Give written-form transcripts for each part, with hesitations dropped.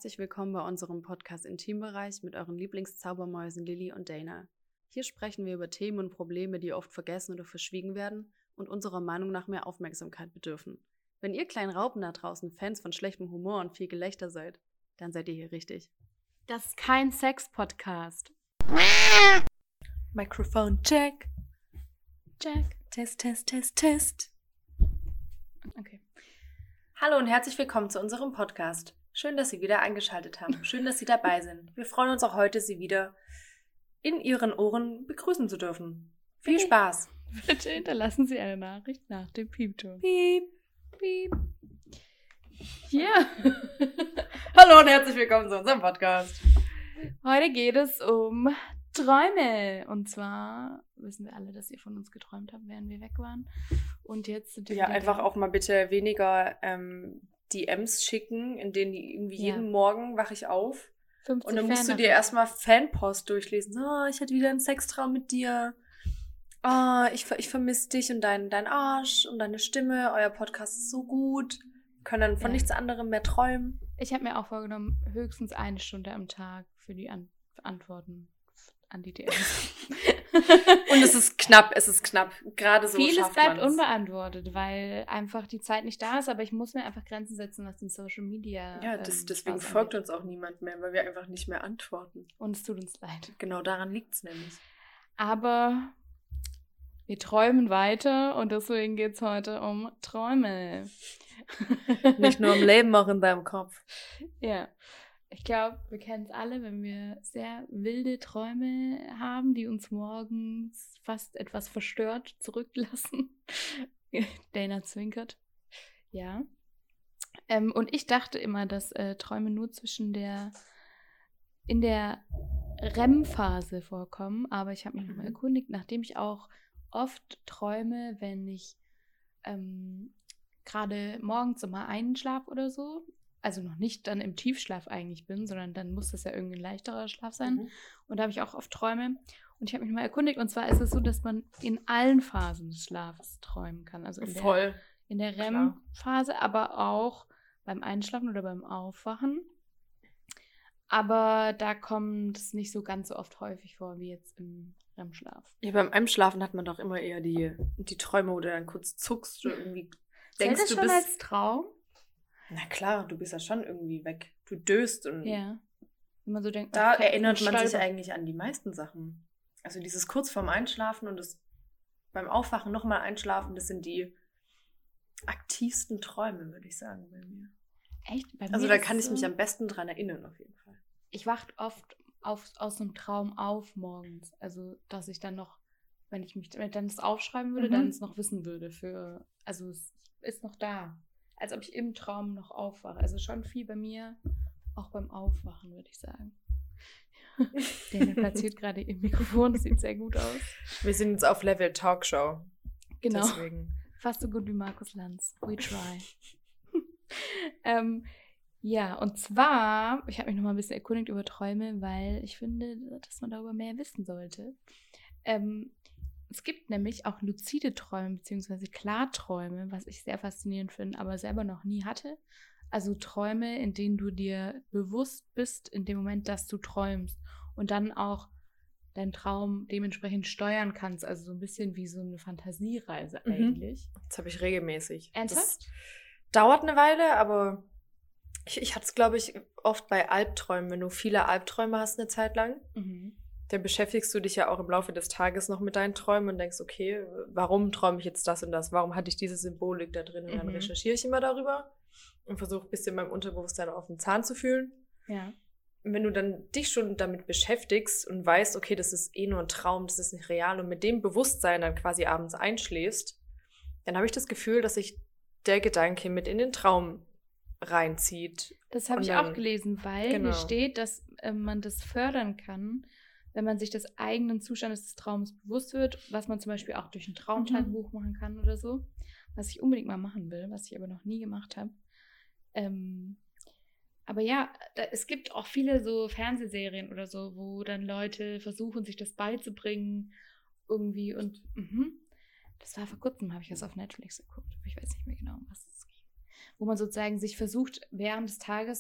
herzlich willkommen bei unserem Podcast Intimbereich mit euren Lieblingszaubermäusen Lilly und Dana. Hier sprechen wir über Themen und Probleme, die oft vergessen oder verschwiegen werden und unserer Meinung nach mehr Aufmerksamkeit bedürfen. Wenn ihr kleinen Raupen da draußen Fans von schlechtem Humor und viel Gelächter seid, dann seid ihr hier richtig. Das ist kein Sex-Podcast. Microphone check. Check. Test, test, test, test. Okay. Hallo und herzlich willkommen zu unserem Podcast. Schön, dass Sie wieder eingeschaltet haben. Schön, dass Sie dabei sind. Wir freuen uns auch heute, Sie wieder in Ihren Ohren begrüßen zu dürfen. Viel Spaß. Bitte hinterlassen Sie eine Nachricht nach dem Piepton. Piep. Piep. Ja. Hallo und herzlich willkommen zu unserem Podcast. Heute geht es um Träume. Und zwar wissen wir alle, dass ihr von uns geträumt habt, während wir weg waren. Und jetzt sind wir Ja, einfach auch mal bitte weniger DMs schicken, in denen irgendwie jeden Morgen wache ich auf. 50 Und dann musst du dir erstmal Fanpost durchlesen. Oh, ich hatte wieder einen Sextraum mit dir. Oh, ich vermisse dich und dein Arsch und deine Stimme. Euer Podcast ist so gut. Wir können dann von nichts anderem mehr träumen. Ich habe mir auch vorgenommen, höchstens 1 Stunde am Tag für die Antworten an die DMs. Und es ist knapp. Gerade so Vieles schafft bleibt man's. unbeantwortet, weil einfach die Zeit nicht da ist, aber ich muss mir einfach Grenzen setzen, was den Social Media Ja, deswegen Spaß folgt angeht. uns auch niemand mehr, weil wir einfach nicht mehr antworten. Und es tut uns leid. Genau daran liegt es nämlich. Aber wir träumen weiter und deswegen geht es heute um Träume. Nicht nur im Leben, auch in deinem Kopf. Ja. Ich glaube, wir kennen es alle, wenn wir sehr wilde Träume haben, die uns morgens fast etwas verstört zurücklassen. Dana zwinkert. Ja. Und ich dachte immer, dass Träume nur in der REM-Phase vorkommen, aber ich habe mich nochmal erkundigt, nachdem ich auch oft träume, wenn ich gerade morgens immer einschlafe oder so, also noch nicht dann im Tiefschlaf eigentlich bin, sondern dann muss das ja irgendwie ein leichterer Schlaf sein. Und da habe ich auch oft Träume. Und ich habe mich mal erkundigt. Und zwar ist es so, dass man in allen Phasen des Schlafs träumen kann. Also in der REM-Phase, aber auch beim Einschlafen oder beim Aufwachen. Aber da kommt es nicht so ganz so oft häufig vor wie jetzt im REM-Schlaf. Ja, beim Einschlafen hat man doch immer eher die Träume, wo du dann kurz zuckst oder irgendwie denkst, Zählt das schon als Traum? Na klar, du bist ja schon irgendwie weg. Du döst und Ja. Wenn man so denkt, da erinnert man sich eigentlich an die meisten Sachen. Also dieses kurz vorm Einschlafen und das beim Aufwachen nochmal einschlafen, das sind die aktivsten Träume, würde ich sagen, bei mir. Echt? Bei Also mir da kann ich mich am besten dran erinnern, auf jeden Fall. Ich wache oft aus einem Traum auf morgens. Also, dass ich dann noch, wenn ich dann es aufschreiben würde, dann es noch wissen würde also es ist noch da. Als ob ich im Traum noch aufwache. Also schon viel bei mir, auch beim Aufwachen, würde ich sagen. Der platziert gerade im Mikrofon, das sieht sehr gut aus. Wir sind jetzt auf Level Talkshow. Genau. Deswegen. Fast so gut wie Markus Lanz. We try. Ja, und zwar, ich habe mich noch mal ein bisschen erkundigt über Träume, weil ich finde, dass man darüber mehr wissen sollte. Es gibt nämlich auch luzide Träume bzw. Klarträume, was ich sehr faszinierend finde, aber selber noch nie hatte. Also Träume, in denen du dir bewusst bist in dem Moment, dass du träumst und dann auch deinen Traum dementsprechend steuern kannst. Also so ein bisschen wie so eine Fantasiereise eigentlich. Das habe ich regelmäßig. Ernsthaft? Das dauert eine Weile, aber ich hatte es, glaube ich, oft bei Albträumen. Wenn du viele Albträume hast eine Zeit lang, dann beschäftigst du dich ja auch im Laufe des Tages noch mit deinen Träumen und denkst, okay, warum träume ich jetzt das und das? Warum hatte ich diese Symbolik da drin? Und dann recherchiere ich immer darüber und versuche ein bisschen meinem Unterbewusstsein auf den Zahn zu fühlen. Ja. Und wenn du dann dich schon damit beschäftigst und weißt, okay, das ist eh nur ein Traum, das ist nicht real und mit dem Bewusstsein dann quasi abends einschläfst, dann habe ich das Gefühl, dass sich der Gedanke mit in den Traum reinzieht. Das habe ich auch gelesen, weil Genau. hier steht, dass man das fördern kann, wenn man sich des eigenen Zustandes des Traums bewusst wird, was man zum Beispiel auch durch ein Traumtagebuch machen kann oder so, was ich unbedingt mal machen will, was ich aber noch nie gemacht habe. Aber ja, es gibt auch viele so Fernsehserien oder so, wo dann Leute versuchen, sich das beizubringen irgendwie und das war vor kurzem, habe ich das auf Netflix geguckt, aber ich weiß nicht mehr genau, um was es ging. Wo man sozusagen sich versucht, während des Tages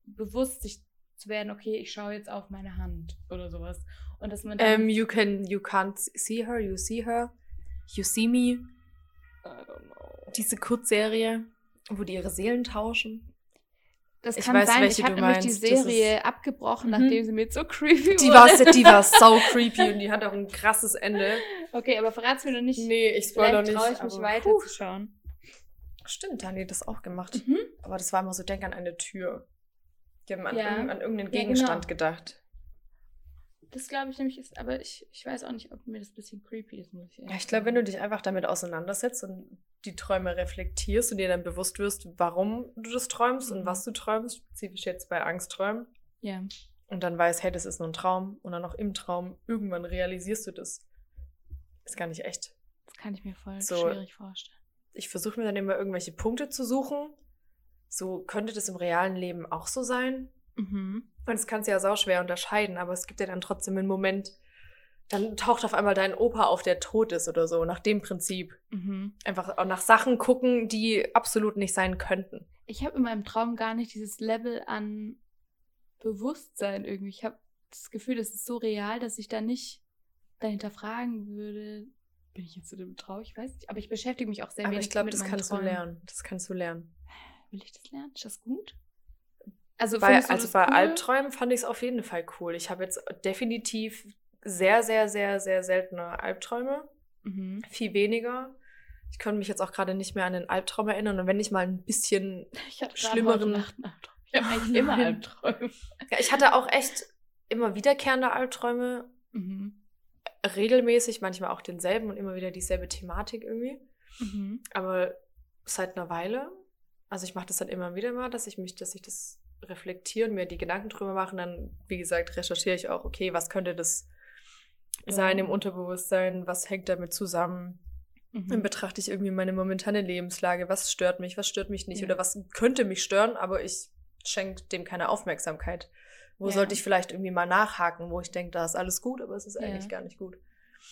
bewusst sich zu werden, okay, ich schaue jetzt auf meine Hand oder sowas. Und dass man dann you can't see her, you see her. You see me. I don't know. Diese Kurzserie, wo die ihre Seelen tauschen. Das kann sein, ich habe nämlich die Serie abgebrochen, nachdem sie mir so creepy wurde. Die war so creepy und die hat auch ein krasses Ende. Okay, aber verrat's mir doch nicht. Nee, ich spoilere nicht. Vielleicht traue ich mich weiterzuschauen. Stimmt, da haben die das auch gemacht. Aber das war immer so, denk an eine Tür. Die haben an irgendeinen Gegenstand gedacht. Das glaube ich nämlich ist, aber ich weiß auch nicht, ob mir das ein bisschen creepy ist, muss ich sagen. Ja, ich glaube, wenn du dich einfach damit auseinandersetzt und die Träume reflektierst und dir dann bewusst wirst, warum du das träumst und was du träumst, spezifisch jetzt bei Angstträumen. Ja. Und dann weißt, hey, das ist nur ein Traum und dann auch im Traum, irgendwann realisierst du das. Ist gar nicht echt. Das kann ich mir voll schwierig vorstellen. Ich versuche mir dann immer irgendwelche Punkte zu suchen. So könnte das im realen Leben auch so sein. Und das kannst du ja sau schwer unterscheiden, aber es gibt ja dann trotzdem einen Moment, dann taucht auf einmal dein Opa auf, der tot ist oder so, nach dem Prinzip. Einfach auch nach Sachen gucken, die absolut nicht sein könnten. Ich habe in meinem Traum gar nicht dieses Level an Bewusstsein irgendwie. Ich habe das Gefühl, das ist so real, dass ich da nicht dahinter fragen würde, bin ich jetzt zu dem Trauer? Ich weiß nicht, aber ich beschäftige mich auch sehr wenig mit meinen Träumen. Aber ich glaube, das kannst du lernen. Das kannst du lernen. Will ich das lernen? Ist das gut? Also bei cool? Albträumen fand ich es auf jeden Fall cool. Ich habe jetzt definitiv sehr, sehr, sehr, sehr seltene Albträume. Viel weniger. Ich konnte mich jetzt auch gerade nicht mehr an den Albtraum erinnern. Und wenn ich mal ein bisschen schlimmeren... Ich habe eigentlich immer Albträume. Ja, ich hatte auch echt immer wiederkehrende Albträume. Regelmäßig, manchmal auch denselben und immer wieder dieselbe Thematik irgendwie. Aber seit einer Weile, also ich mache das dann immer wieder mal, dass ich das reflektiere und mir die Gedanken drüber mache. Und dann, wie gesagt, recherchiere ich auch, okay, was könnte das sein im Unterbewusstsein, was hängt damit zusammen? Dann betrachte ich irgendwie meine momentane Lebenslage, was stört mich nicht oder was könnte mich stören, aber ich schenke dem keine Aufmerksamkeit. Wo sollte ich vielleicht irgendwie mal nachhaken, wo ich denke, da ist alles gut, aber es ist eigentlich gar nicht gut.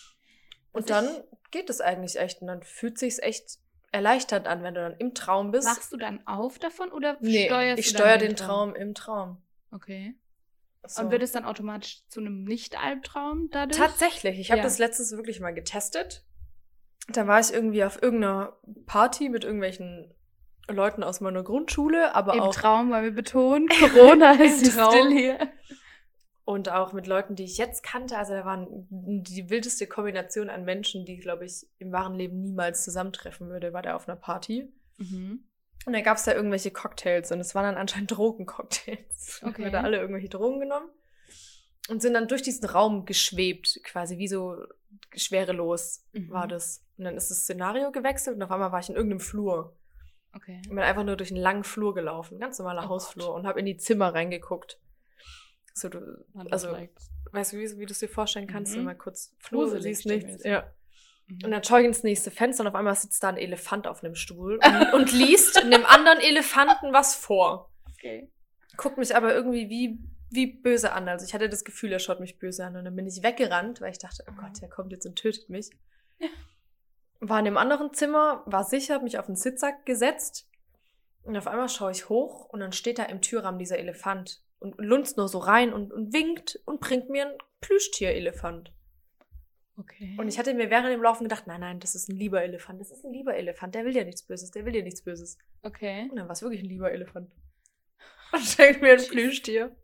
Und dann geht es eigentlich echt und dann fühlt sich's echt erleichternd an, wenn du dann im Traum bist. Wachst du dann auf davon oder steuerst du ich steuere den Traum im Traum. Okay. So. Und wird es dann automatisch zu einem Nicht-Albtraum dadurch? Tatsächlich. Ich habe das letztens wirklich mal getestet. Da war ich irgendwie auf irgendeiner Party mit irgendwelchen Leuten aus meiner Grundschule, aber auch... Im Traum, weil wir betonen, Corona ist still hier. Und auch mit Leuten, die ich jetzt kannte. Also da waren die wildeste Kombination an Menschen, die, glaube ich, im wahren Leben niemals zusammentreffen würde, war der auf einer Party. Und dann gab es da irgendwelche Cocktails und es waren dann anscheinend Drogencocktails. Okay. Haben wir da alle irgendwelche Drogen genommen und sind dann durch diesen Raum geschwebt, quasi wie so schwerelos war das. Und dann ist das Szenario gewechselt und auf einmal war ich in irgendeinem Flur. Okay. Ich bin einfach nur durch einen langen Flur gelaufen, ganz normaler Hausflur, Gott. Und habe in die Zimmer reingeguckt. So, weißt du, wie du es dir vorstellen kannst? Mal kurz Flur, du siehst nichts. Ja. Und dann schaue ich ins nächste Fenster und auf einmal sitzt da ein Elefant auf einem Stuhl und liest einem anderen Elefanten was vor. Okay. Guckt mich aber irgendwie wie böse an. Also ich hatte das Gefühl, er schaut mich böse an. Und dann bin ich weggerannt, weil ich dachte, oh Gott, der kommt jetzt und tötet mich. Ja. War in einem anderen Zimmer, war sicher, hab mich auf den Sitzsack gesetzt. Und auf einmal schaue ich hoch und dann steht da im Türrahmen dieser Elefant und lunzt nur so rein und winkt und bringt mir ein Plüschtier-Elefant. Okay. Und ich hatte mir während dem Laufen gedacht, nein, das ist ein lieber Elefant. Das ist ein lieber Elefant, der will dir nichts Böses. Okay. Und dann war es wirklich ein lieber Elefant. Und schenkt mir ein Plüschtier.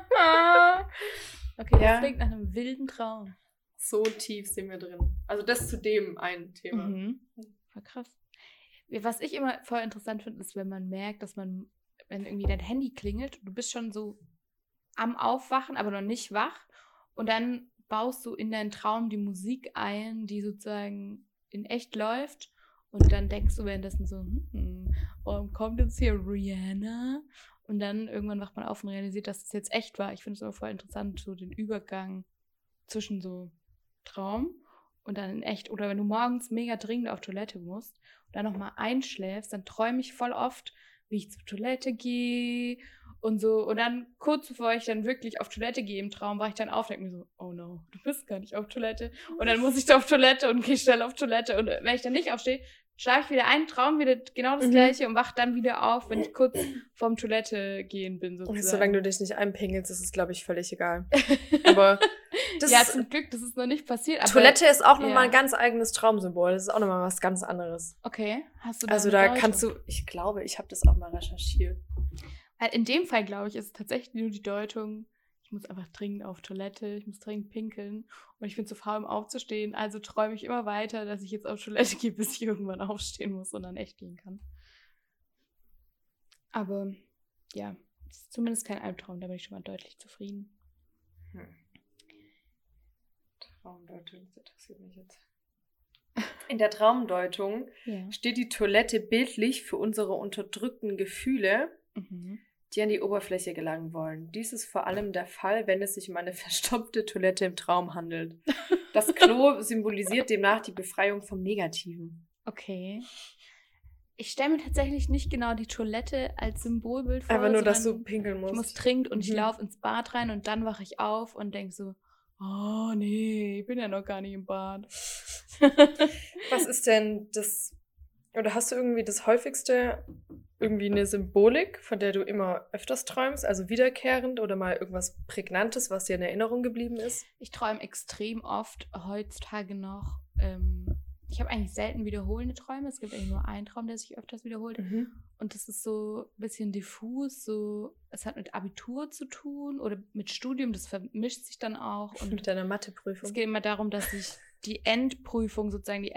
Okay, das klingt nach einem wilden Traum. So tief sind wir drin. Also das zu dem einen Thema. War krass. Was ich immer voll interessant finde, ist, wenn man merkt, dass wenn irgendwie dein Handy klingelt, du bist schon so am Aufwachen, aber noch nicht wach und dann baust du in deinen Traum die Musik ein, die sozusagen in echt läuft und dann denkst du währenddessen so, kommt jetzt hier Rihanna? Und dann irgendwann wacht man auf und realisiert, dass es jetzt echt war. Ich finde es immer voll interessant, so den Übergang zwischen so Traum und dann in echt. Oder wenn du morgens mega dringend auf Toilette musst und dann nochmal einschläfst, dann träume ich voll oft, wie ich zur Toilette gehe und so. Und dann kurz bevor ich dann wirklich auf Toilette gehe im Traum, wache ich dann auf und denke mir so, oh no, du bist gar nicht auf Toilette. Und dann muss ich da auf Toilette und gehe schnell auf Toilette. Und wenn ich dann nicht aufstehe, schlafe ich wieder ein, traum wieder genau das Gleiche und wach dann wieder auf, wenn ich kurz vorm Toilette gehen bin, sozusagen. Solange du dich nicht einpingelst, ist es, glaube ich, völlig egal. Aber zum Glück, das ist noch nicht passiert. Aber, Toilette ist auch nochmal ein ganz eigenes Traumsymbol. Das ist auch nochmal was ganz anderes. Okay, hast du da Also da kannst du, ich glaube, ich habe das auch mal recherchiert. Weil in dem Fall, glaube ich, ist es tatsächlich nur die Deutung, ich muss einfach dringend auf Toilette, ich muss dringend pinkeln und ich bin zu faul, um aufzustehen. Also träume ich immer weiter, dass ich jetzt auf Toilette gehe, bis ich irgendwann aufstehen muss und dann echt gehen kann. Aber ja, es ist zumindest kein Albtraum, da bin ich schon mal deutlich zufrieden. Traumdeutung, das interessiert mich jetzt. In der Traumdeutung steht die Toilette bildlich für unsere unterdrückten Gefühle, die an die Oberfläche gelangen wollen. Dies ist vor allem der Fall, wenn es sich um eine verstopfte Toilette im Traum handelt. Das Klo symbolisiert demnach die Befreiung vom Negativen. Okay. Ich stelle mir tatsächlich nicht genau die Toilette als Symbolbild vor. Aber nur, dass du pinkeln musst. Ich muss dringend und ich laufe ins Bad rein und dann wache ich auf und denke so, oh nee, ich bin ja noch gar nicht im Bad. Was ist denn das, oder hast du irgendwie das häufigste, irgendwie eine Symbolik, von der du immer öfters träumst, also wiederkehrend oder mal irgendwas Prägnantes, was dir in Erinnerung geblieben ist? Ich träume extrem oft heutzutage noch. Ich habe eigentlich selten wiederholende Träume. Es gibt eigentlich nur einen Traum, der sich öfters wiederholt. Und das ist so ein bisschen diffus. So, es hat mit Abitur zu tun oder mit Studium. Das vermischt sich dann auch. Und mit deiner Matheprüfung. Es geht immer darum, dass ich die Endprüfung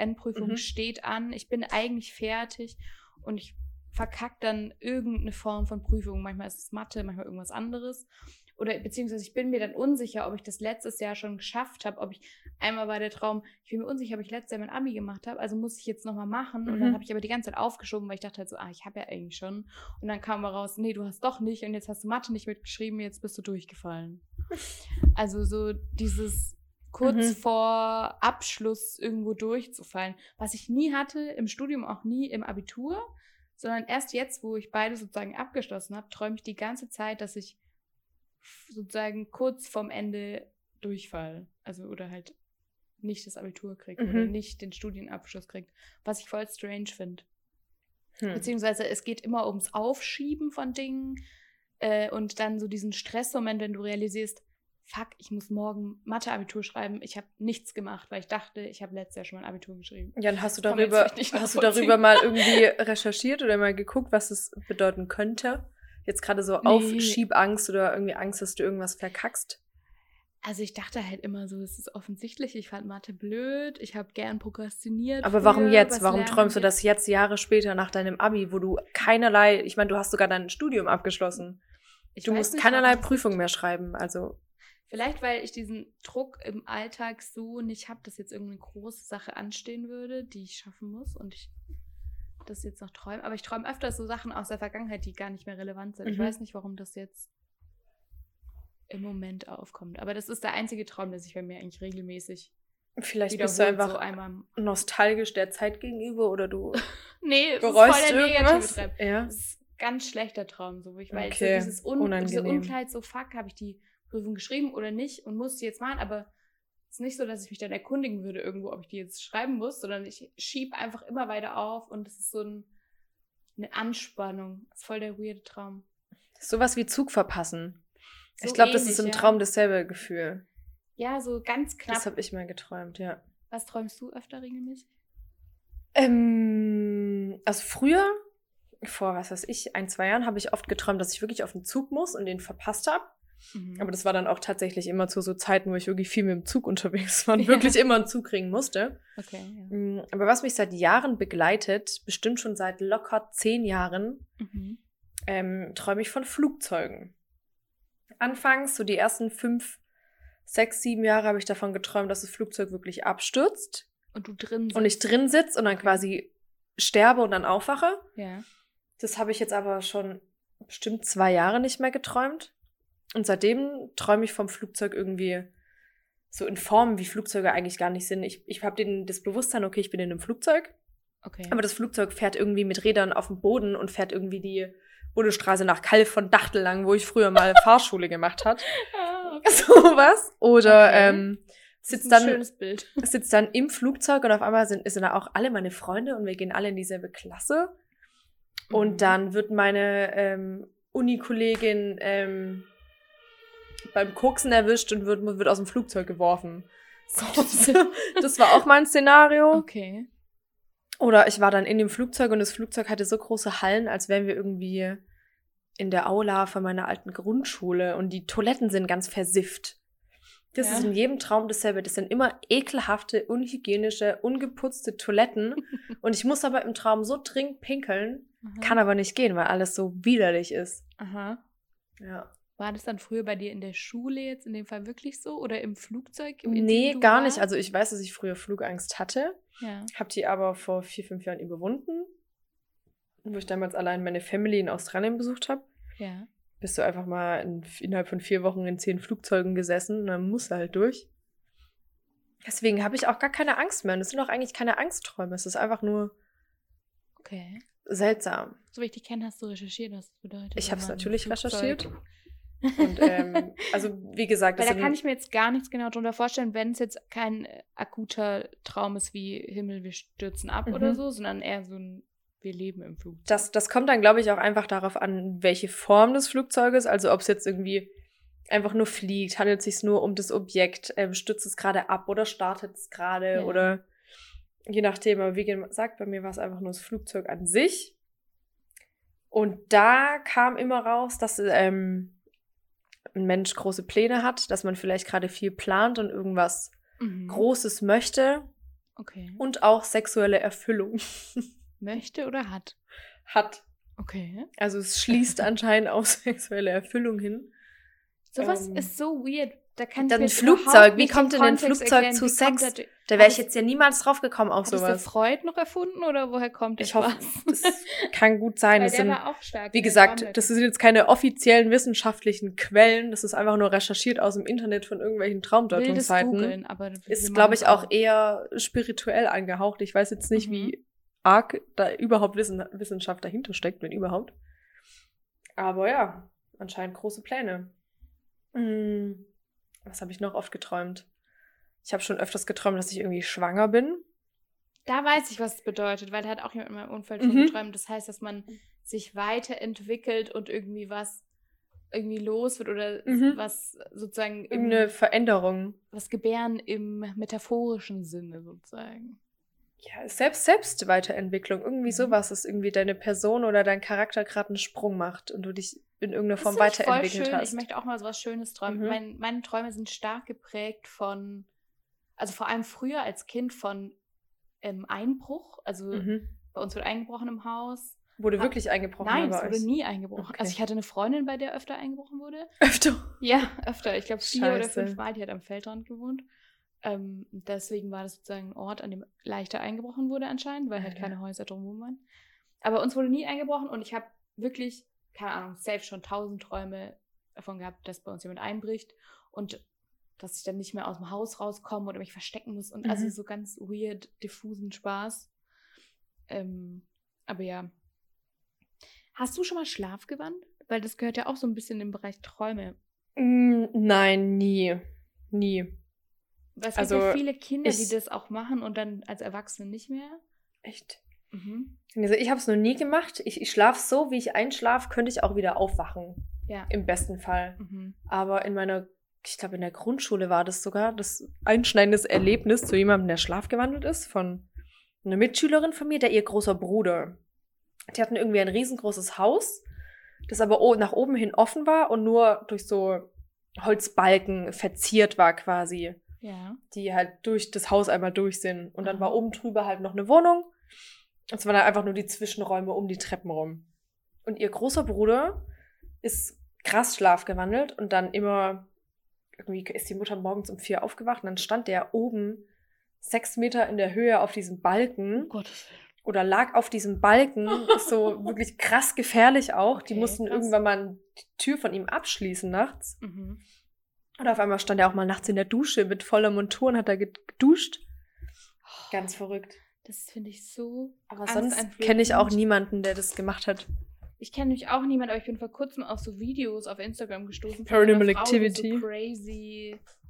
steht an. Ich bin eigentlich fertig und ich verkacke dann irgendeine Form von Prüfung. Manchmal ist es Mathe, manchmal irgendwas anderes. Oder beziehungsweise ich bin mir dann unsicher, ob ich das letztes Jahr schon geschafft habe. Einmal war der Traum, ich bin mir unsicher, ob ich letztes Jahr mein Abi gemacht habe. Also muss ich jetzt nochmal machen. Und dann habe ich aber die ganze Zeit aufgeschoben, weil ich dachte halt so, ich habe ja eigentlich schon. Und dann kam mal raus, nee, du hast doch nicht. Und jetzt hast du Mathe nicht mitgeschrieben, jetzt bist du durchgefallen. Also so dieses kurz vor Abschluss irgendwo durchzufallen. Was ich nie hatte, im Studium auch nie im Abitur, sondern erst jetzt, wo ich beide sozusagen abgeschlossen habe, träume ich die ganze Zeit, dass ich sozusagen kurz vorm Ende durchfall. Also oder halt nicht das Abitur kriege oder nicht den Studienabschluss kriege. Was ich voll strange finde. Beziehungsweise es geht immer ums Aufschieben von Dingen und dann so diesen Stressmoment, wenn du realisierst, fuck, ich muss morgen Mathe-Abitur schreiben. Ich habe nichts gemacht, weil ich dachte, ich habe letztes Jahr schon mal ein Abitur geschrieben. Ja, und hast du darüber mal irgendwie recherchiert oder mal geguckt, was es bedeuten könnte? Jetzt gerade so Aufschiebangst oder irgendwie Angst, dass du irgendwas verkackst? Also ich dachte halt immer so, es ist offensichtlich, ich fand Mathe blöd, ich habe gern prokrastiniert. Aber warum jetzt? Warum träumst du das jetzt Jahre später nach deinem Abi, wo du keinerlei, ich meine, du hast sogar dein Studium abgeschlossen. Du musst keinerlei Prüfung mehr schreiben, also... Vielleicht, weil ich diesen Druck im Alltag so nicht habe, dass jetzt irgendeine große Sache anstehen würde, die ich schaffen muss und ich das jetzt noch träume. Aber ich träume öfters so Sachen aus der Vergangenheit, die gar nicht mehr relevant sind. Ich weiß nicht, warum das jetzt im Moment aufkommt. Aber das ist der einzige Traum, der sich bei mir eigentlich regelmäßig vielleicht bist du einfach so nostalgisch der Zeit gegenüber oder du bereust irgendwas. Ja. Das ist ein ganz schlechter Traum, so, weil so diese Unklarheit, so fuck, habe ich die Prüfung geschrieben oder nicht und muss sie jetzt machen, aber es ist nicht so, dass ich mich dann erkundigen würde irgendwo, ob ich die jetzt schreiben muss, sondern ich schiebe einfach immer weiter auf und es ist so eine Anspannung. Das ist voll der weirde Traum. Sowas wie Zug verpassen. So ich glaube, das ist im Traum dasselbe Gefühl. Ja, so ganz knapp. Das habe ich mal geträumt, ja. Was träumst du öfter regelmäßig? Also früher, vor 1-2 Jahren, habe ich oft geträumt, dass ich wirklich auf den Zug muss und den verpasst habe. Aber das war dann auch tatsächlich immer zu so Zeiten, wo ich wirklich viel mit dem Zug unterwegs war und wirklich immer einen Zug kriegen musste. Okay, ja. Aber was mich seit Jahren begleitet, bestimmt schon seit locker 10 Jahren, träume ich von Flugzeugen. Anfangs, so die ersten 5, 6, 7 Jahre habe ich davon geträumt, dass das Flugzeug wirklich abstürzt. Und du drin sitzt. Und ich drin sitze und dann quasi sterbe und dann aufwache. Ja. Das habe ich jetzt aber schon bestimmt 2 Jahre nicht mehr geträumt. Und seitdem träume ich vom Flugzeug irgendwie so in Formen, wie Flugzeuge eigentlich gar nicht sind. Ich habe das Bewusstsein, okay, ich bin in einem Flugzeug. Okay. Aber das Flugzeug fährt irgendwie mit Rädern auf dem Boden und fährt irgendwie die Bundesstraße nach Calw von Dachtel lang, wo ich früher mal Fahrschule gemacht habe. Okay. Sowas. Oder sitzt ein schönes Bild. Sitzt dann im Flugzeug und auf einmal sind da auch alle meine Freunde und wir gehen alle in dieselbe Klasse. Und dann wird meine Uni-Kollegin beim Koksen erwischt und wird aus dem Flugzeug geworfen. So, das war auch mein Szenario. Okay. Oder ich war dann in dem Flugzeug und das Flugzeug hatte so große Hallen, als wären wir irgendwie in der Aula von meiner alten Grundschule und die Toiletten sind ganz versifft. Das ist in jedem Traum dasselbe. Das sind immer ekelhafte, unhygienische, ungeputzte Toiletten. Und ich muss aber im Traum so dringend pinkeln, kann aber nicht gehen, weil alles so widerlich ist. Aha. Ja. War das dann früher bei dir in der Schule jetzt in dem Fall wirklich so? Oder im Flugzeug? Nee, gar nicht. Also ich weiß, dass ich früher Flugangst hatte. Ja. Hab die aber vor 4-5 Jahren überwunden. Wo ich damals allein meine Family in Australien besucht habe. Ja. Bist du einfach mal innerhalb von 4 Wochen in 10 Flugzeugen gesessen und dann musst du halt durch. Deswegen habe ich auch gar keine Angst mehr. Und es sind auch eigentlich keine Angstträume. Es ist einfach nur seltsam. So wie ich dich kenne, hast du recherchiert, was das bedeutet. Ich habe es natürlich recherchiert. Und also wie gesagt, weil da kann ich mir jetzt gar nichts genau drunter vorstellen, wenn es jetzt kein akuter Traum ist wie Himmel, wir stürzen ab oder so, sondern eher so ein wir leben im Flugzeug. Das kommt dann, glaube ich, auch einfach darauf an, welche Form des Flugzeuges, also ob es jetzt irgendwie einfach nur fliegt, handelt es sich nur um das Objekt, stürzt es gerade ab oder startet es gerade oder je nachdem, aber wie gesagt, bei mir war es einfach nur das Flugzeug an sich. Und da kam immer raus, dass ein Mensch große Pläne hat, dass man vielleicht gerade viel plant und irgendwas Großes möchte. Okay. Und auch sexuelle Erfüllung. Möchte oder hat? Hat. Okay. Also es schließt anscheinend auf sexuelle Erfüllung hin. Sowas ist so weird. Da kann dann ich ein Flugzeug. Wie kommt denn ein Flugzeug zu Sex? Da wäre ich jetzt ja niemals drauf gekommen auf sowas. Hast du Freud noch erfunden oder woher kommt das? Ich hoffe, das kann gut sein. Weil das der sind, war auch stark. Wie gesagt, das sind jetzt keine offiziellen wissenschaftlichen Quellen. Das ist einfach nur recherchiert aus dem Internet von irgendwelchen Traumdeutungsseiten. Googlen, aber ist, glaube ich, auch eher spirituell angehaucht. Ich weiß jetzt nicht, wie arg da überhaupt Wissenschaft dahinter steckt, wenn überhaupt. Aber ja, anscheinend große Pläne. Was habe ich noch oft geträumt? Ich habe schon öfters geträumt, dass ich irgendwie schwanger bin. Da weiß ich, was es bedeutet, weil da hat auch jemand in meinem Umfeld schon geträumt. Das heißt, dass man sich weiterentwickelt und irgendwie was irgendwie los wird oder was sozusagen irgendeine Veränderung. Was gebären im metaphorischen Sinne sozusagen. Ja, selbst Weiterentwicklung. Irgendwie sowas, dass irgendwie deine Person oder dein Charakter gerade einen Sprung macht und du dich in irgendeiner Form weiterentwickelt voll schön. hast. Ich möchte auch mal so was Schönes träumen. Meine Träume sind stark geprägt von, also vor allem früher als Kind von Einbruch. Also bei uns wird eingebrochen im Haus. Wurde wirklich eingebrochen? Nein, es wurde nie eingebrochen. Okay. Also ich hatte eine Freundin, bei der öfter eingebrochen wurde. Öfter? Ja, öfter. Ich glaube 4 oder 5 Mal. Die hat am Feldrand gewohnt. Deswegen war das sozusagen ein Ort, an dem leichter eingebrochen wurde anscheinend, weil halt keine Häuser drumherum waren. Aber uns wurde nie eingebrochen und ich habe wirklich, keine Ahnung, safe schon 1000 Träume davon gehabt, dass bei uns jemand einbricht und dass ich dann nicht mehr aus dem Haus rauskomme oder mich verstecken muss und also so ganz weird, diffusen Spaß. Aber ja. Hast du schon mal Schlafgewand? Weil das gehört ja auch so ein bisschen im Bereich Träume. Nein, nie. Weil es gibt ja viele Kinder, die das auch machen und dann als Erwachsene nicht mehr. Echt? Also ich habe es noch nie gemacht. Ich schlafe so, wie ich einschlafe, könnte ich auch wieder aufwachen. Ja. Im besten Fall. Aber ich glaube in der Grundschule war das sogar das einschneidendes Erlebnis zu jemandem, der schlafgewandelt ist, von einer Mitschülerin von mir, der ihr großer Bruder. Die hatten irgendwie ein riesengroßes Haus, das aber nach oben hin offen war und nur durch so Holzbalken verziert war quasi. Ja. Die halt durch das Haus einmal durch sind. Und dann war oben drüber halt noch eine Wohnung. Und es waren dann einfach nur die Zwischenräume um die Treppen rum. Und ihr großer Bruder ist krass schlafgewandelt und dann immer, irgendwie ist die Mutter morgens um 4 aufgewacht und dann stand der oben 6 Meter in der Höhe auf diesem Balken. Oh Gottes Willen. Oder lag auf diesem Balken. Ist so wirklich krass gefährlich auch. Die mussten irgendwann mal die Tür von ihm abschließen nachts. Und auf einmal stand er auch mal nachts in der Dusche mit voller Montur und hat da geduscht. Ganz verrückt. Das finde ich so. Aber sonst kenne ich auch niemanden, der das gemacht hat. Ich kenne nämlich auch niemanden, aber ich bin vor kurzem auf so Videos auf Instagram gestoßen. Paranormal Frau, Activity. Die so crazy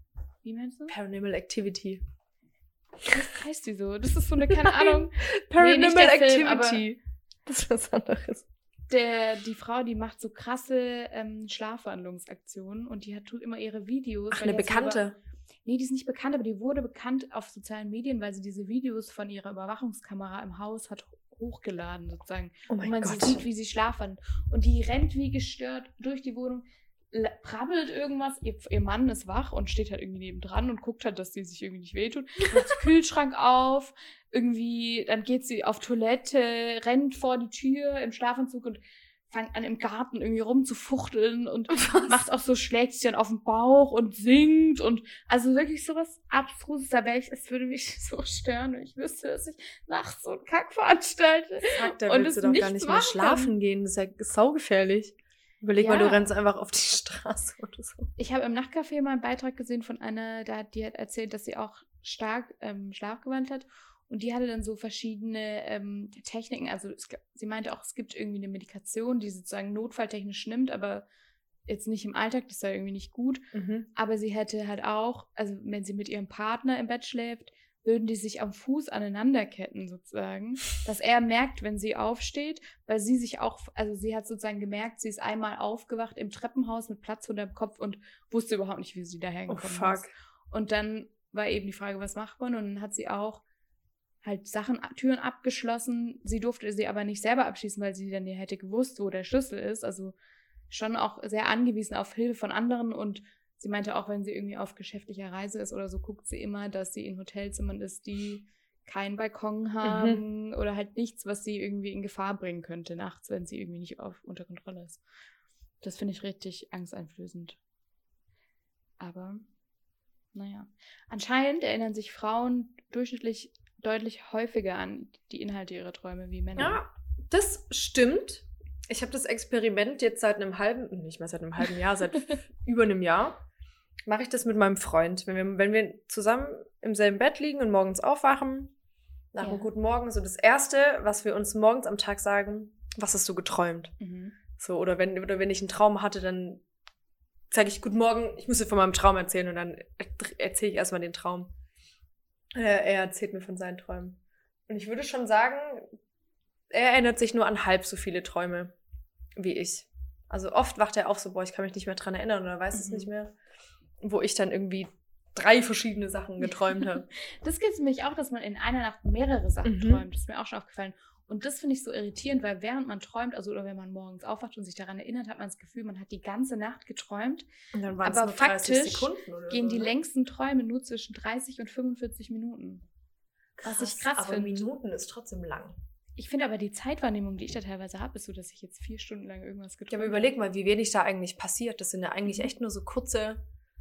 Wie meinst du? Paranormal Activity. Was heißt die so? Das ist so eine, keine Ahnung. Paranormal Film, Activity. Das ist was anderes. Die Frau, die macht so krasse Schlafwandlungsaktionen und tut immer ihre Videos. Ach, eine Bekannte? Nee, die ist nicht bekannt, aber die wurde bekannt auf sozialen Medien, weil sie diese Videos von ihrer Überwachungskamera im Haus hat hochgeladen sozusagen. Oh mein und man Gott. sieht, wie sie schlafwandelt. Und die rennt wie gestört durch die Wohnung, brabbelt irgendwas. Ihr Mann ist wach und steht halt irgendwie nebendran und guckt halt, dass die sich irgendwie nicht wehtut. Macht den Kühlschrank auf, irgendwie, dann geht sie auf Toilette, rennt vor die Tür im Schlafanzug und fängt an im Garten irgendwie rumzufuchteln und macht auch so Schlägchen auf den Bauch und singt und also wirklich sowas Abstruses. Es würde mich so stören, wenn ich wüsste, dass ich nachts so einen Kack veranstalte. Fuck, da willst du doch gar nicht mehr schlafen gehen. Das ist ja saugefährlich. Überleg mal, du rennst einfach auf die Straße oder so. Ich habe im Nachtcafé mal einen Beitrag gesehen von einer, die hat erzählt, dass sie auch stark schlafgewandelt hat. Und die hatte dann so verschiedene Techniken. Also sie meinte auch, es gibt irgendwie eine Medikation, die sozusagen notfalltechnisch nimmt, aber jetzt nicht im Alltag, das sei irgendwie nicht gut. Mhm. Aber sie hätte halt auch, also wenn sie mit ihrem Partner im Bett schläft, würden die sich am Fuß aneinanderketten sozusagen, dass er merkt, wenn sie aufsteht, weil sie sich auch, also sie hat sozusagen gemerkt, sie ist einmal aufgewacht im Treppenhaus mit Platz unter dem Kopf und wusste überhaupt nicht, wie sie daher gekommen ist. Und dann war eben die Frage, was macht man? Und dann hat sie auch halt Türen abgeschlossen. Sie durfte sie aber nicht selber abschließen, weil sie dann ja hätte gewusst, wo der Schlüssel ist. Also schon auch sehr angewiesen auf Hilfe von anderen. Und sie meinte auch, wenn sie irgendwie auf geschäftlicher Reise ist oder so, guckt sie immer, dass sie in Hotelzimmern ist, die keinen Balkon haben oder halt nichts, was sie irgendwie in Gefahr bringen könnte nachts, wenn sie irgendwie nicht unter Kontrolle ist. Das finde ich richtig angsteinflößend. Aber, naja. Anscheinend erinnern sich Frauen durchschnittlich deutlich häufiger an die Inhalte ihrer Träume wie Männer. Ja, das stimmt. Ich habe das Experiment jetzt seit nicht mehr seit einem halben Jahr, seit über einem Jahr, mache ich das mit meinem Freund. Wenn wir zusammen im selben Bett liegen und morgens aufwachen, nach einem guten Morgen, so das Erste, was wir uns morgens am Tag sagen, was hast du geträumt? So, oder wenn ich einen Traum hatte, dann sage ich, guten Morgen, ich muss dir von meinem Traum erzählen und dann erzähle ich erstmal den Traum. Er erzählt mir von seinen Träumen. Und ich würde schon sagen, er erinnert sich nur an halb so viele Träume wie ich. Also oft wacht er auf so, ich kann mich nicht mehr dran erinnern oder weiß es nicht mehr. Wo ich dann irgendwie 3 verschiedene Sachen geträumt habe. Das gibt es nämlich auch, dass man in einer Nacht mehrere Sachen träumt. Das ist mir auch schon aufgefallen. Und das finde ich so irritierend, weil während man träumt, also oder wenn man morgens aufwacht und sich daran erinnert, hat man das Gefühl, man hat die ganze Nacht geträumt. Und dann waren es aber nur 30 faktisch Sekunden oder gehen so, die längsten Träume nur zwischen 30 und 45 Minuten. Krass, was ich krass finde. Aber Minuten ist trotzdem lang. Ich finde aber die Zeitwahrnehmung, die ich da teilweise habe, ist so, dass ich jetzt 4 Stunden lang irgendwas geträumt habe. Ja, aber überleg mal, wie wenig da eigentlich passiert. Das sind ja eigentlich echt nur so kurze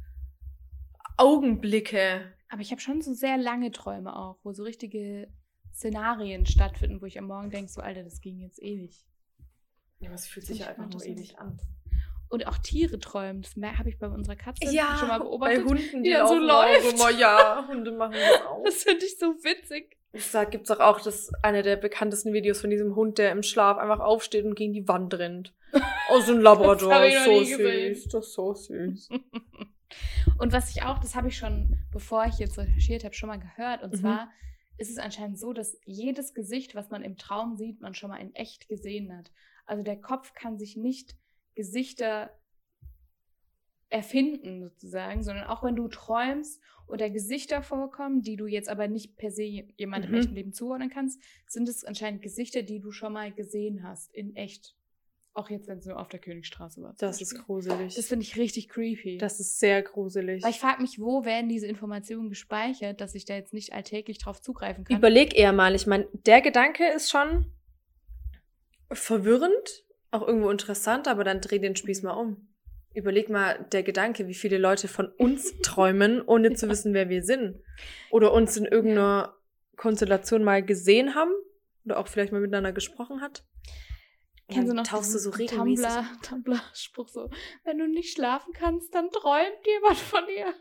Augenblicke. Aber ich habe schon so sehr lange Träume auch, wo so richtige Szenarien stattfinden, wo ich am Morgen denke, so Alter, das ging jetzt ewig. Ja, aber es fühlt sich ja einfach nur ewig an. Und auch Tiere träumen, das habe ich bei unserer Katze schon mal beobachtet. Bei Hunden, die dann so läuft. Immer, ja, Hunde machen das auch. Das finde ich so witzig. Da gibt es auch eine der bekanntesten Videos von diesem Hund, der im Schlaf einfach aufsteht und gegen die Wand rennt. Oh, so ein Labrador, das ist so süß. Das ist so süß. Und was ich auch, das habe ich schon, bevor ich jetzt recherchiert habe, schon mal gehört. Und zwar ist es anscheinend so, dass jedes Gesicht, was man im Traum sieht, man schon mal in echt gesehen hat. Also der Kopf kann sich nicht Gesichter erfinden sozusagen, sondern auch wenn du träumst oder Gesichter vorkommen, die du jetzt aber nicht per se jemandem im echten Leben zuordnen kannst, sind es anscheinend Gesichter, die du schon mal gesehen hast, in echt. Auch jetzt, wenn es nur auf der Königstraße war. Das ist gruselig. Das finde ich richtig creepy. Das ist sehr gruselig. Weil ich frage mich, wo werden diese Informationen gespeichert, dass ich da jetzt nicht alltäglich drauf zugreifen kann. Überleg eher mal, ich meine, der Gedanke ist schon verwirrend, auch irgendwo interessant, aber dann dreh den Spieß mal um. Überleg mal, der Gedanke, wie viele Leute von uns träumen, ohne zu wissen, wer wir sind. Oder uns in irgendeiner Konstellation mal gesehen haben oder auch vielleicht mal miteinander gesprochen hat. Kennst du noch tauchst du so regelmäßig Tumblr-Spruch so, wenn du nicht schlafen kannst, dann träumt jemand von dir.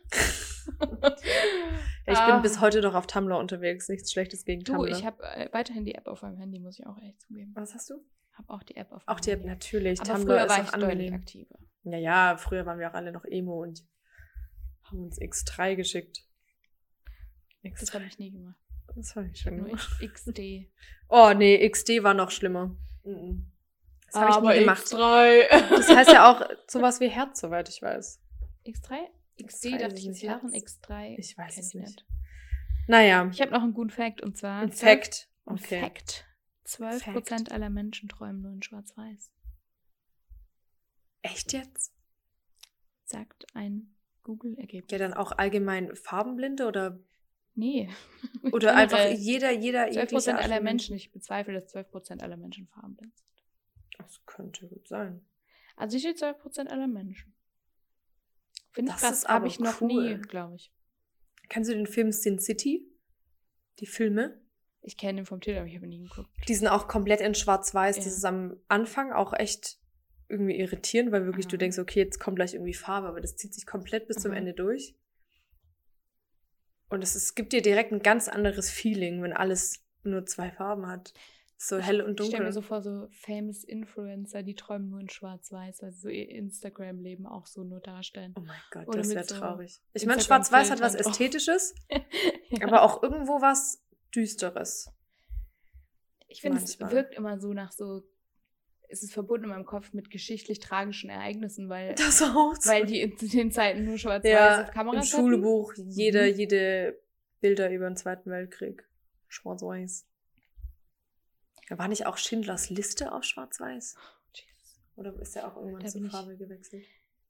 Ja, ich bin bis heute noch auf Tumblr unterwegs, nichts Schlechtes gegen Tumblr. Ich habe weiterhin die App auf meinem Handy, muss ich auch ehrlich zugeben. Was hast du? Habe auch die App auf meinem Auch die App, Handy. natürlich. Aber Tumblr früher ist war auch ich deutlich angenehm. aktiver. Ja, früher waren wir auch alle noch Emo und Haben uns X3 geschickt. Das habe ich nie gemacht. Das habe ich schon gemacht. XD. Oh, nee, XD war noch schlimmer. Das habe ich nie gemacht. X3. Das heißt ja auch sowas wie Herz, soweit ich weiß. X3? XD dachte ich, ist Lachen. X3. Ich weiß es nicht. Naja. Ich habe noch einen guten Fact, und zwar... Ein Fact. Okay. Fact. 12% aller Menschen träumen nur in Schwarz-Weiß. Echt jetzt? Sagt ein Google-Ergebnis. Ja, dann auch allgemein Farbenblinde oder... Nee. Oder einfach jeder 12% aller Menschen. Ich bezweifle, dass 12% aller Menschen farbenblind sind. Das könnte gut sein. Also ich stehe 12% aller Menschen. Finde ich das krass, habe ich noch nie, glaube ich. Kennst du den Film Sin City? Die Filme? Ich kenne den vom Titel, aber ich habe ihn nie geguckt. Die sind auch komplett in Schwarz-Weiß. Ja. Das ist am Anfang auch echt irgendwie irritierend, weil wirklich du denkst, okay, jetzt kommt gleich irgendwie Farbe, aber das zieht sich komplett bis zum Ende durch. Und es gibt dir direkt ein ganz anderes Feeling, wenn alles nur 2 Farben hat. So hell und dunkel. Ich stelle mir so vor, so famous Influencer, die träumen nur in Schwarz-Weiß, weil sie so ihr Instagram-Leben auch so nur darstellen. Oh mein Gott, oder das wäre so traurig. Ich meine, Instagram Schwarz-Weiß hat was Ästhetisches, ja. Aber auch irgendwo was Düsteres. Ich finde, es wirkt immer so nach so, es ist verbunden in memeinem Kopf mit geschichtlich tragischen Ereignissen, weil die in den Zeiten nur Schwarz-Weiß auf Kameras im Schulbuch jede Bilder über den Zweiten Weltkrieg. Schwarz-Weiß. Da war nicht auch Schindlers Liste auf Schwarz-Weiß? Oh, Jesus. Oder ist der auch irgendwann zur Farbe gewechselt?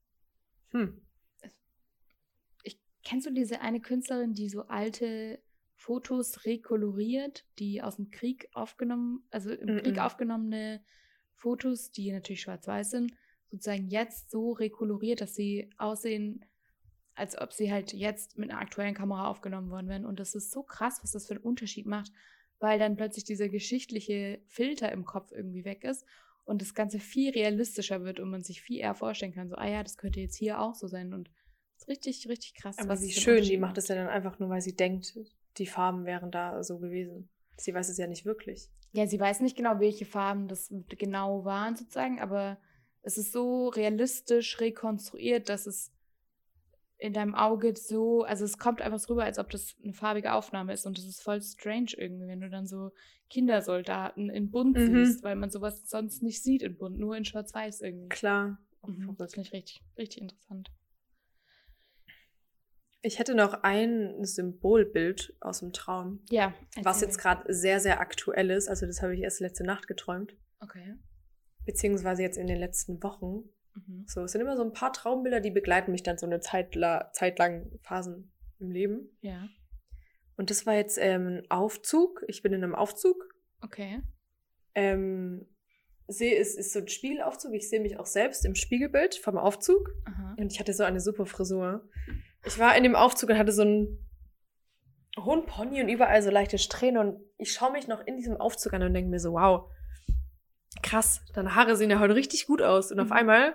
Kennst du diese eine Künstlerin, die so alte Fotos rekoloriert, die aus dem Krieg aufgenommen, also im Krieg aufgenommene Fotos, die natürlich schwarz-weiß sind, sozusagen jetzt so rekoloriert, dass sie aussehen, als ob sie halt jetzt mit einer aktuellen Kamera aufgenommen worden wären. Und das ist so krass, was das für einen Unterschied macht, weil dann plötzlich dieser geschichtliche Filter im Kopf irgendwie weg ist und das Ganze viel realistischer wird und man sich viel eher vorstellen kann, so, das könnte jetzt hier auch so sein. Und das ist richtig, richtig krass. Aber sie ist schön, die macht es ja dann einfach nur, weil sie denkt, die Farben wären da so gewesen. Sie weiß es ja nicht wirklich. Ja, sie weiß nicht genau, welche Farben das genau waren sozusagen, aber es ist so realistisch rekonstruiert, dass es in deinem Auge so, also es kommt einfach so rüber, als ob das eine farbige Aufnahme ist und das ist voll strange irgendwie, wenn du dann so Kindersoldaten in bunt siehst, weil man sowas sonst nicht sieht in bunt, nur in schwarz-weiß irgendwie. Klar. Das finde ich richtig, richtig interessant. Ich hätte noch ein Symbolbild aus dem Traum. Ja. Was jetzt gerade sehr, sehr aktuell ist. Also das habe ich erst letzte Nacht geträumt. Okay. Beziehungsweise jetzt in den letzten Wochen. So, es sind immer so ein paar Traumbilder, die begleiten mich dann so eine zeitlang Phasen im Leben. Ja. Und das war jetzt ein Aufzug. Ich bin in einem Aufzug. Okay. Es ist so ein Spiegelaufzug. Ich sehe mich auch selbst im Spiegelbild vom Aufzug. Aha. Und ich hatte so eine super Frisur. Ich war in dem Aufzug und hatte so einen hohen Pony und überall so leichte Strähnen. Und ich schaue mich noch in diesem Aufzug an und denke mir so, wow, krass, deine Haare sehen ja heute richtig gut aus. Und auf einmal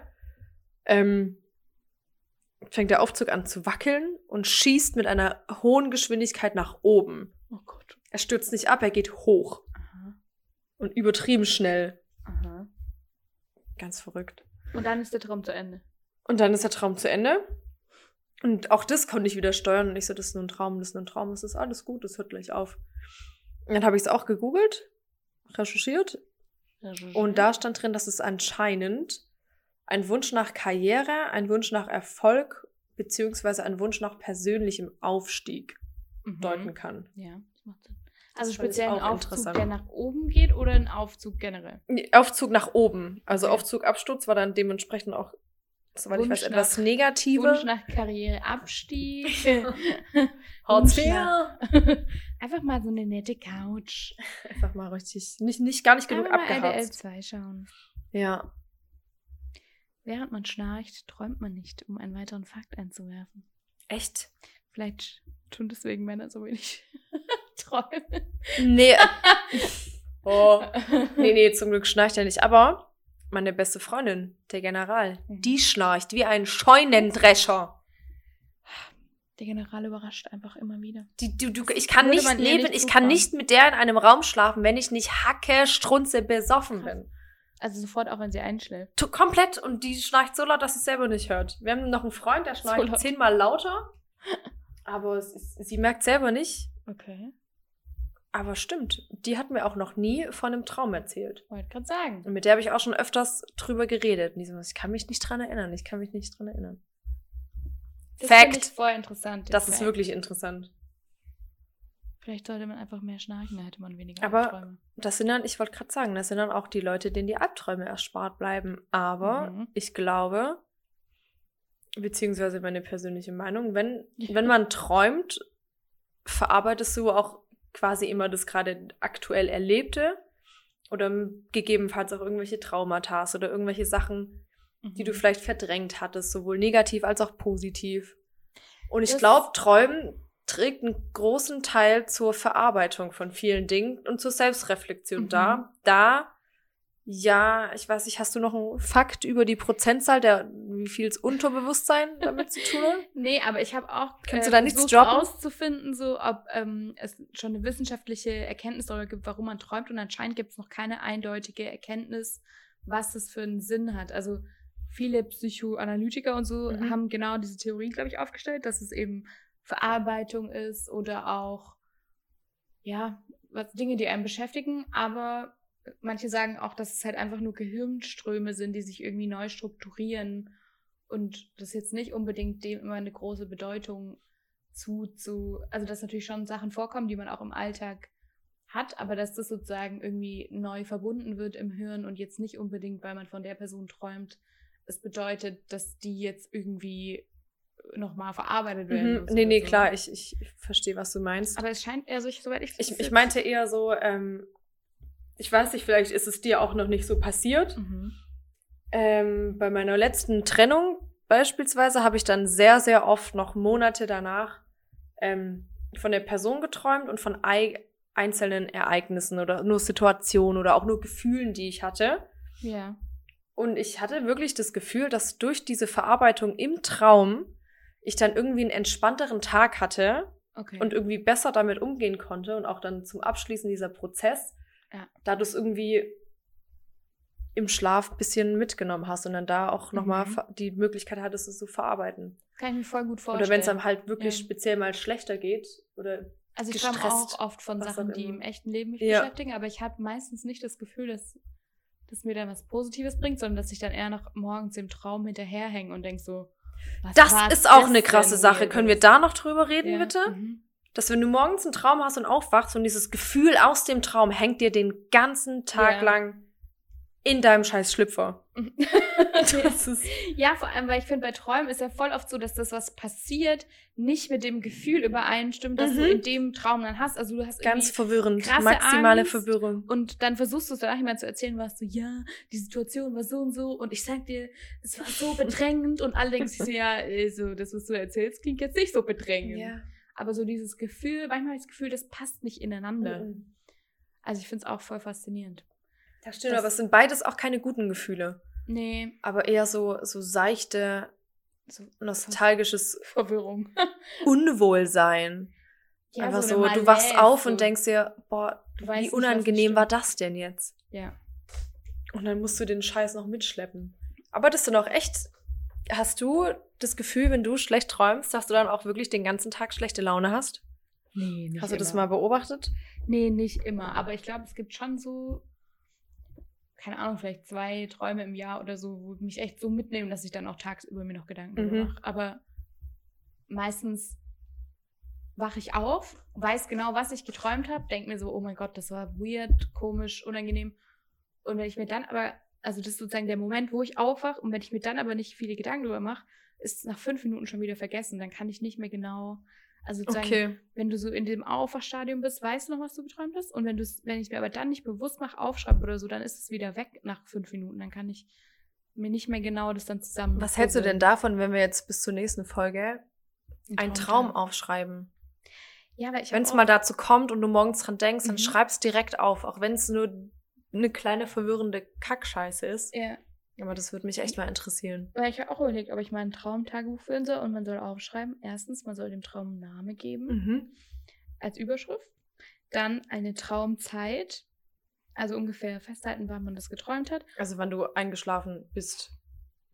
fängt der Aufzug an zu wackeln und schießt mit einer hohen Geschwindigkeit nach oben. Oh Gott. Er stürzt nicht ab, er geht hoch. Aha. Und übertrieben schnell. Aha. Ganz verrückt. Und dann ist der Traum zu Ende. Und dann ist der Traum zu Ende. Und auch das konnte ich wieder steuern. Und ich so, das ist nur ein Traum, das ist nur ein Traum, das ist alles gut, das hört gleich auf. Und dann habe ich es auch gegoogelt, recherchiert. Und da stand drin, dass es anscheinend ein Wunsch nach Karriere, ein Wunsch nach Erfolg, beziehungsweise ein Wunsch nach persönlichem Aufstieg deuten kann. Ja, das macht Sinn. Also speziell ein Aufzug, der nach oben geht oder ein Aufzug generell? Aufzug nach oben. Also Aufzug, Absturz war dann dementsprechend auch, soweit ich weiß, etwas Negativer. Wunsch nach Karriereabstieg. Einfach mal so eine nette Couch. Einfach mal richtig, gar nicht genug abgeharzt. RTL 2 schauen. Ja. Während man schnarcht, träumt man nicht, um einen weiteren Fakt einzuwerfen. Echt? Vielleicht tun deswegen Männer so wenig träumen. Nee. Nee, zum Glück schnarcht er nicht. Aber meine beste Freundin, der General, die schnarcht wie ein Scheunendrescher. Der General überrascht einfach immer wieder. Ich kann nicht leben, ich kann nicht mit der in einem Raum schlafen, wenn ich nicht strunze besoffen bin. Also sofort, auch wenn sie einschläft. Komplett. Und die schnarcht so laut, dass sie es selber nicht hört. Wir haben noch einen Freund, der schnarcht 10-mal lauter. Aber sie merkt selber nicht. Okay. Aber stimmt, die hat mir auch noch nie von einem Traum erzählt. Wollte gerade sagen. Und mit der habe ich auch schon öfters drüber geredet. Und die so, ich kann mich nicht dran erinnern. Das Fact. finde ich voll interessant. Das ist wirklich interessant. Vielleicht sollte man einfach mehr schnarchen, da hätte man weniger Aber Albträume. das sind dann, ich wollte gerade sagen, das sind dann auch die Leute, denen die Albträume erspart bleiben. Aber ich glaube, beziehungsweise meine persönliche Meinung, wenn man träumt, verarbeitest du auch quasi immer das gerade aktuell Erlebte oder gegebenenfalls auch irgendwelche Traumata oder irgendwelche Sachen, die du vielleicht verdrängt hattest, sowohl negativ als auch positiv. Und ich glaube, Träumen trägt einen großen Teil zur Verarbeitung von vielen Dingen und zur Selbstreflexion ja, ich weiß nicht, hast du noch einen Fakt über die Prozentzahl, wie viel das Unterbewusstsein damit zu tun hat? Nee, aber ich habe auch Kannst du da nichts droppen? Rauszufinden, so ob es schon eine wissenschaftliche Erkenntnis darüber gibt, warum man träumt. Und anscheinend gibt es noch keine eindeutige Erkenntnis, was das für einen Sinn hat. Also viele Psychoanalytiker und so haben genau diese Theorien, glaube ich, aufgestellt, dass es eben Verarbeitung ist oder auch Dinge, die einen beschäftigen, aber manche sagen auch, dass es halt einfach nur Gehirnströme sind, die sich irgendwie neu strukturieren und das jetzt nicht unbedingt dem immer eine große Bedeutung also dass natürlich schon Sachen vorkommen, die man auch im Alltag hat, aber dass das sozusagen irgendwie neu verbunden wird im Hirn und jetzt nicht unbedingt, weil man von der Person träumt, es bedeutet, dass die jetzt irgendwie nochmal verarbeitet werden muss. Nee, klar, ich verstehe, was du meinst. Aber es scheint eher so, soweit ich meinte eher so, ich weiß nicht, vielleicht ist es dir auch noch nicht so passiert. Bei meiner letzten Trennung beispielsweise habe ich dann sehr, sehr oft noch Monate danach von der Person geträumt und von einzelnen Ereignissen oder nur Situationen oder auch nur Gefühlen, die ich hatte. Ja. Und ich hatte wirklich das Gefühl, dass durch diese Verarbeitung im Traum ich dann irgendwie einen entspannteren Tag hatte und irgendwie besser damit umgehen konnte und auch dann zum Abschließen dieser Prozess, da du es irgendwie im Schlaf ein bisschen mitgenommen hast und dann da auch nochmal die Möglichkeit hattest, es zu verarbeiten. Kann ich mir voll gut vorstellen. Oder wenn es einem halt wirklich speziell mal schlechter geht oder also ich träume auch oft von Sachen, die im echten Leben mich beschäftigen, aber ich habe meistens nicht das Gefühl, dass mir dann was Positives bringt, sondern dass ich dann eher noch morgens im Traum hinterherhänge und denke so, das ist auch eine krasse Sache. Können wir da noch drüber reden, bitte? Dass wenn du morgens einen Traum hast und aufwachst und dieses Gefühl aus dem Traum hängt dir den ganzen Tag lang in deinem scheiß Schlüpfer. Ja, vor allem, weil ich finde, bei Träumen ist ja voll oft so, dass das, was passiert, nicht mit dem Gefühl übereinstimmt, das du in dem Traum dann hast. Also du hast ganz verwirrend, krasse maximale Angst Verwirrung. Und dann versuchst du es danach jemand zu erzählen, warst du, die Situation war so und so und ich sag dir, es war so bedrängend und alle denken sich so, so, das, was du erzählst, klingt jetzt nicht so bedrängend. Ja. Aber so dieses Gefühl, manchmal habe ich das Gefühl, das passt nicht ineinander. Also ich finde es auch voll faszinierend. Das stimmt, aber es sind beides auch keine guten Gefühle. Nee. Aber eher so seichte, so nostalgisches Verwirrung. Unwohlsein. Ja, einfach so, du wachst auf und denkst dir, boah, wie unangenehm war das denn jetzt? Ja. Und dann musst du den Scheiß noch mitschleppen. Aber das ist dann auch echt, hast du das Gefühl, wenn du schlecht träumst, dass du dann auch wirklich den ganzen Tag schlechte Laune hast? Nee, nicht Hast du das mal beobachtet? Nee, nicht immer. Aber ich glaube, es gibt schon so, keine Ahnung, vielleicht 2 Träume im Jahr oder so, wo mich echt so mitnehmen, dass ich dann auch tagsüber mir noch Gedanken darüber mache. Aber meistens wache ich auf, weiß genau, was ich geträumt habe, denke mir so, oh mein Gott, das war weird, komisch, unangenehm. Und wenn ich mir dann aber, also das ist sozusagen der Moment, wo ich aufwache, und wenn ich mir dann aber nicht viele Gedanken darüber mache, ist es nach 5 Minuten schon wieder vergessen. Dann kann ich nicht mehr genau, also sozusagen, wenn du so in dem Aufwachstadium bist, weißt du noch, was du geträumt hast. Und wenn ich mir aber dann nicht bewusst mache, aufschreibe oder so, dann ist es wieder weg nach 5 Minuten. Dann kann ich mir nicht mehr genau das dann zusammen. Was hältst du denn davon, wenn wir jetzt bis zur nächsten Folge einen Traum aufschreiben? Ja, weil wenn es mal dazu kommt und du morgens dran denkst, dann schreib's direkt auf, auch wenn es nur eine kleine verwirrende Kackscheiße ist. Ja. Aber das würde mich echt mal interessieren. Weil ich habe auch überlegt, ob ich mal ein Traumtagebuch führen soll und man soll aufschreiben. Erstens, man soll dem Traum einen Namen geben als Überschrift. Dann eine Traumzeit, also ungefähr festhalten, wann man das geträumt hat. Also wann du eingeschlafen bist.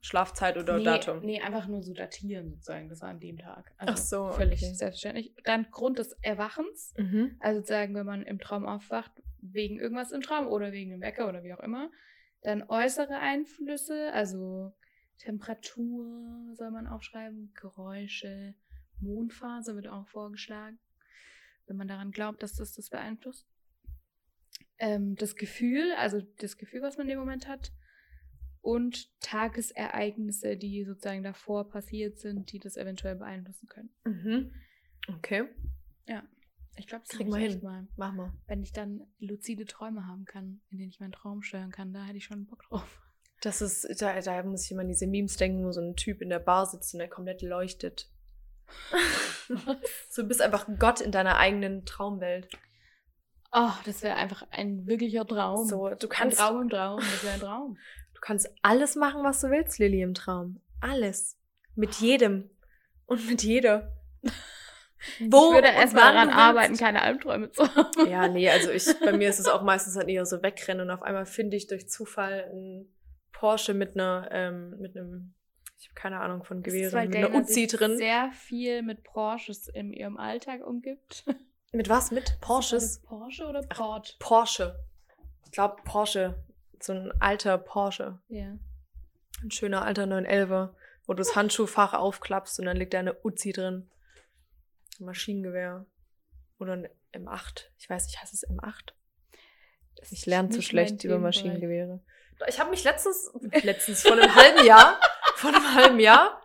Schlafzeit oder Datum? Nee, einfach nur so datieren sozusagen, das war an dem Tag. Also Ach so, völlig okay. selbstverständlich. Dann Grund des Erwachens, also sozusagen, wenn man im Traum aufwacht, wegen irgendwas im Traum oder wegen dem Wecker oder wie auch immer. Dann äußere Einflüsse, also Temperatur soll man aufschreiben, Geräusche, Mondphase wird auch vorgeschlagen, wenn man daran glaubt, dass das beeinflusst. Das Gefühl, was man in dem Moment hat, und Tagesereignisse, die sozusagen davor passiert sind, die das eventuell beeinflussen können. Okay. Ja, ich glaube, das kriegen wir hin. Mal. Mach mal. Wenn ich dann luzide Träume haben kann, in denen ich meinen Traum steuern kann, da hätte ich schon Bock drauf. Das ist, da muss ich immer an diese Memes denken, wo so ein Typ in der Bar sitzt und der komplett leuchtet. So, du bist einfach Gott in deiner eigenen Traumwelt. Oh, das wäre einfach ein wirklicher Traum. So, du kannst, ein Traum im Traum, das wäre ein Traum. Du kannst alles machen, was du willst, Lilly, im Traum. Alles. Mit jedem. Und mit jeder. Ich würde erstmal daran arbeiten, keine Albträume zu haben. Ja, nee, also bei mir ist es auch meistens halt eher so wegrennen und auf einmal finde ich durch Zufall einen Porsche mit einem, ich habe keine Ahnung von Gewehren, mit einer Uzi drin. Sehr viel mit Porsches in ihrem Alltag umgibt. Mit was? Mit Porsches? Porsche oder Port? Porsche. Ich glaube Porsche. So ein alter Porsche. Ja. Ein schöner alter 911er, wo du das Handschuhfach aufklappst und dann liegt da eine Uzi drin. Ein Maschinengewehr. Oder ein M8. Ich weiß nicht, heißt es M8? Ich lerne zu schlecht über Maschinengewehre. Ich habe mich letztens vor einem halben Jahr,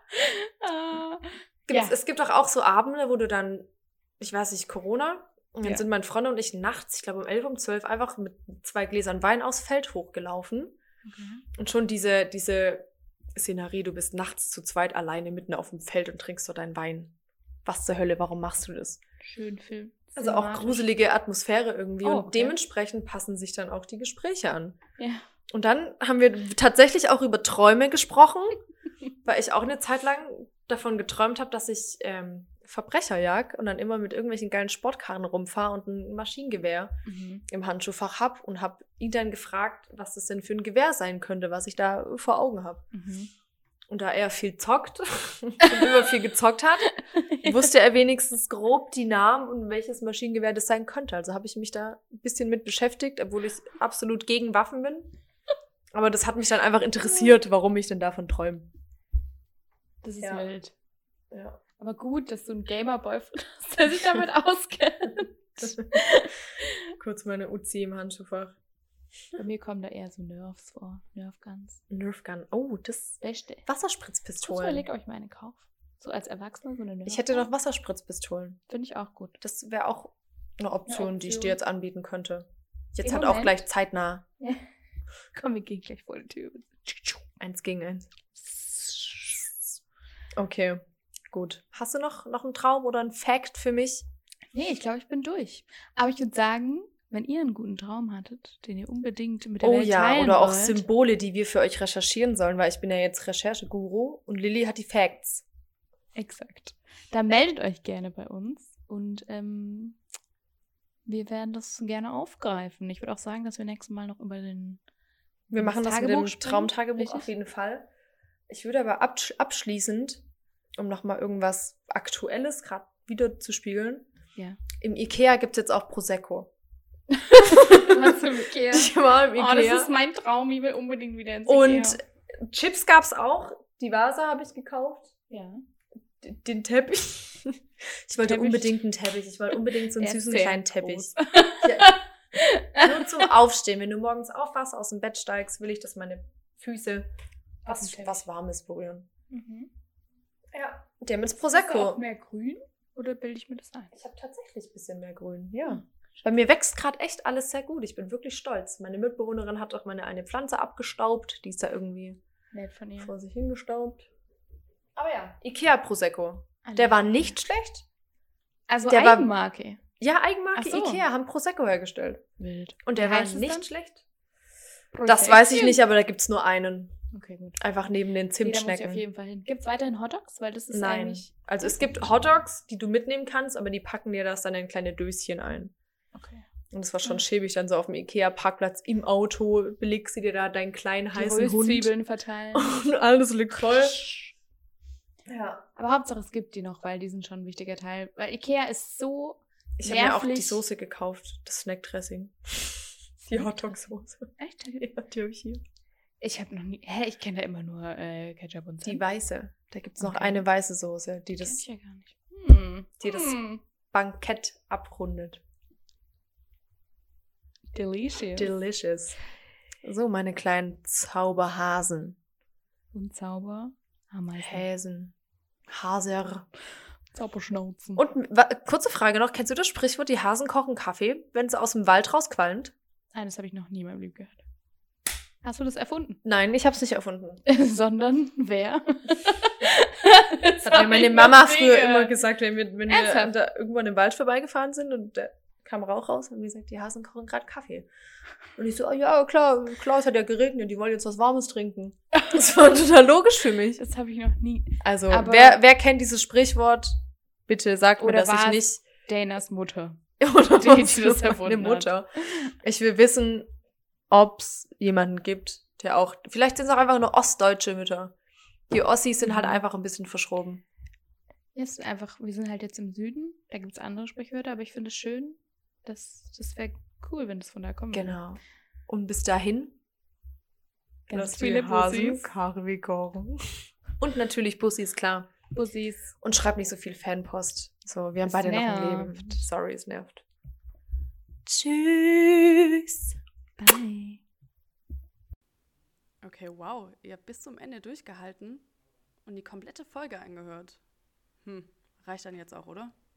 es gibt auch so Abende, wo du dann, ich weiß nicht, Corona, und dann sind meine Freunde und ich nachts, ich glaube um 11, um 12, einfach mit 2 Gläsern Wein aufs Feld hochgelaufen. Okay. Und schon diese Szenerie, du bist nachts zu zweit alleine mitten auf dem Feld und trinkst dort deinen Wein. Was zur Hölle, warum machst du das? Schön Film. Also auch gruselige Atmosphäre irgendwie. Und dementsprechend passen sich dann auch die Gespräche an. Ja. Und dann haben wir tatsächlich auch über Träume gesprochen, weil ich auch eine Zeit lang davon geträumt habe, dass ich Verbrecher jag und dann immer mit irgendwelchen geilen Sportkarren rumfahre und ein Maschinengewehr im Handschuhfach habe und habe ihn dann gefragt, was das denn für ein Gewehr sein könnte, was ich da vor Augen habe. Und da er viel zockt und immer viel gezockt hat, wusste er wenigstens grob die Namen und welches Maschinengewehr das sein könnte. Also habe ich mich da ein bisschen mit beschäftigt, obwohl ich absolut gegen Waffen bin. Aber das hat mich dann einfach interessiert, warum ich denn davon träume. Das ist wild. Ja. Aber gut, dass du einen Gamer-Boyfriend hast, der sich damit auskennt. Kurz meine Uzi im Handschuhfach. Bei mir kommen da eher so Nerfs vor. Nerfguns. Nerfgun. Oh, das Beste. Wasserspritzpistolen. Ich überlege, ob ich meine kaufe. So als Erwachsener so eine Nerfgun. Ich hätte noch Wasserspritzpistolen. Finde ich auch gut. Das wäre auch eine Option, die ich dir jetzt anbieten könnte. Jetzt Im halt auch gleich zeitnah. Ja. Komm, wir gehen gleich vor die Tür. 1 gegen 1. Okay, gut. Hast du noch einen Traum oder einen Fact für mich? Nee, ich glaube, ich bin durch. Aber ich würde sagen, wenn ihr einen guten Traum hattet, den ihr unbedingt mit der Welt teilen oder auch wollt, Symbole, die wir für euch recherchieren sollen, weil ich bin ja jetzt Rechercheguru und Lilly hat die Facts. Exakt. Dann meldet euch gerne bei uns und wir werden das gerne aufgreifen. Ich würde auch sagen, dass wir nächstes Mal noch über Wir machen das mit dem Traumtagebuch Richtig? auf jeden Fall. Ich würde aber abschließend, um nochmal irgendwas Aktuelles gerade wieder zu spiegeln, im Ikea gibt es jetzt auch Prosecco. Was im Ikea? Ich war im Ikea. Oh, das ist mein Traum. Ich will unbedingt wieder ins Ikea. Und Chips gab's auch. Die Vase habe ich gekauft. Ja. Den Teppich. Ich wollte unbedingt einen Teppich. Ich wollte unbedingt so einen süßen kleinen Teppich. Nur zum Aufstehen. Wenn du morgens aufwachst, aus dem Bett steigst, will ich, dass meine Füße was Warmes berühren. Ja. Der mit Prosecco. Ist da auch mehr grün? Oder bilde ich mir das ein? Ich habe tatsächlich ein bisschen mehr grün, ja. Bei mir wächst gerade echt alles sehr gut. Ich bin wirklich stolz. Meine Mitbewohnerin hat auch meine eine Pflanze abgestaubt. Die ist da irgendwie nett von ihr. Vor sich hingestaubt. Aber ja, Ikea Prosecco. Der war nicht schlecht. Also der Eigenmarke? Eigenmarke Ikea haben Prosecco hergestellt. Wild. Und der war nicht schlecht. Das weiß ich nicht, aber da gibt's nur einen. Okay, gut. Einfach neben den Zimtschnecken. Da muss ich auf jeden Fall hin. Gibt's weiterhin Hotdogs? Weil das ist eigentlich... Also es gibt Hotdogs, die du mitnehmen kannst, aber die packen dir das dann in kleine Döschen ein. Okay. Und es war schon schäbig, dann so auf dem Ikea-Parkplatz im Auto belegst du dir da deinen kleinen heißen Hund. Zwiebeln verteilen. Und alles liegt voll. Ja. Aber Hauptsache es gibt die noch, weil die sind schon ein wichtiger Teil. Weil Ikea ist so Ich habe mir auch die Soße gekauft, das Snackdressing. Die Hotdog-Soße. Echt? Ja, die habe ich hier. Ich habe noch nie... ich kenne da immer nur Ketchup und Senf. Die weiße. Da gibt es noch eine weiße Soße, die das, Kenn ich ja gar nicht. die das Bankett abrundet. Delicious. So, meine kleinen Zauberhasen. Und Zauber. Häsen. Haser. Zauberschnauzen. Und kurze Frage noch. Kennst du das Sprichwort, die Hasen kochen Kaffee, wenn es aus dem Wald rausqualmt? Nein, das habe ich noch nie in meinem Leben gehört. Hast du das erfunden? Nein, ich habe es nicht erfunden. Sondern wer? Das hat mir meine Mama früher immer gesagt, wenn wir da irgendwann im Wald vorbeigefahren sind und da kam Rauch raus, haben die gesagt, die Hasen kochen gerade Kaffee. Und ich so, oh, ja, klar, es hat ja geregnet, die wollen jetzt was Warmes trinken. Das war total logisch für mich. Das habe ich noch nie. Also, wer kennt dieses Sprichwort? Bitte sagt mir, dass ich nicht... Danas Mutter. Oder die das erfunden meine Mutter. Ich will wissen, ob es jemanden gibt, der auch... Vielleicht sind es auch einfach nur ostdeutsche Mütter. Die Ossis sind halt einfach ein bisschen verschroben. Ja, es ist einfach, wir sind halt jetzt im Süden, da gibt es andere Sprichwörter, aber ich finde es schön, das wäre cool, wenn das von da kommt. Genau. Und bis dahin ganz viele Bussis. Kaffee kochen. Und natürlich Bussis, klar. Bussis. Und schreib nicht so viel Fanpost. So, wir haben beide noch ein Leben. Sorry, es nervt. Tschüss. Bye. Okay, wow. Ihr habt bis zum Ende durchgehalten und die komplette Folge angehört. Reicht dann jetzt auch, oder?